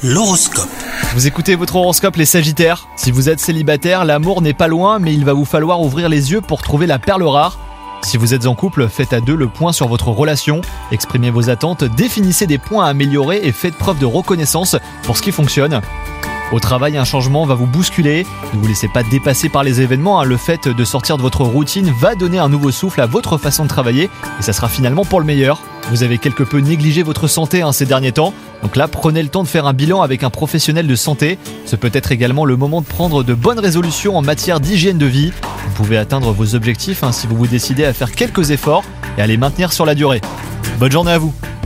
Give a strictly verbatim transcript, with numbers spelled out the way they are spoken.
L'horoscope. Vous écoutez votre horoscope les Sagittaires. Si vous êtes célibataire, l'amour n'est pas loin, mais il va vous falloir ouvrir les yeux pour trouver la perle rare. Si vous êtes en couple, faites à deux le point sur votre relation. Exprimez vos attentes, définissez des points à améliorer et faites preuve de reconnaissance pour ce qui fonctionne. Au travail, un changement va vous bousculer. Ne vous laissez pas dépasser par les événements. Hein. Le fait de sortir de votre routine va donner un nouveau souffle à votre façon de travailler et ça sera finalement pour le meilleur. Vous avez quelque peu négligé votre santé hein, ces derniers temps. Donc là, prenez le temps de faire un bilan avec un professionnel de santé. Ce peut être également le moment de prendre de bonnes résolutions en matière d'hygiène de vie. Vous pouvez atteindre vos objectifs hein, si vous vous décidez à faire quelques efforts et à les maintenir sur la durée. Bonne journée à vous!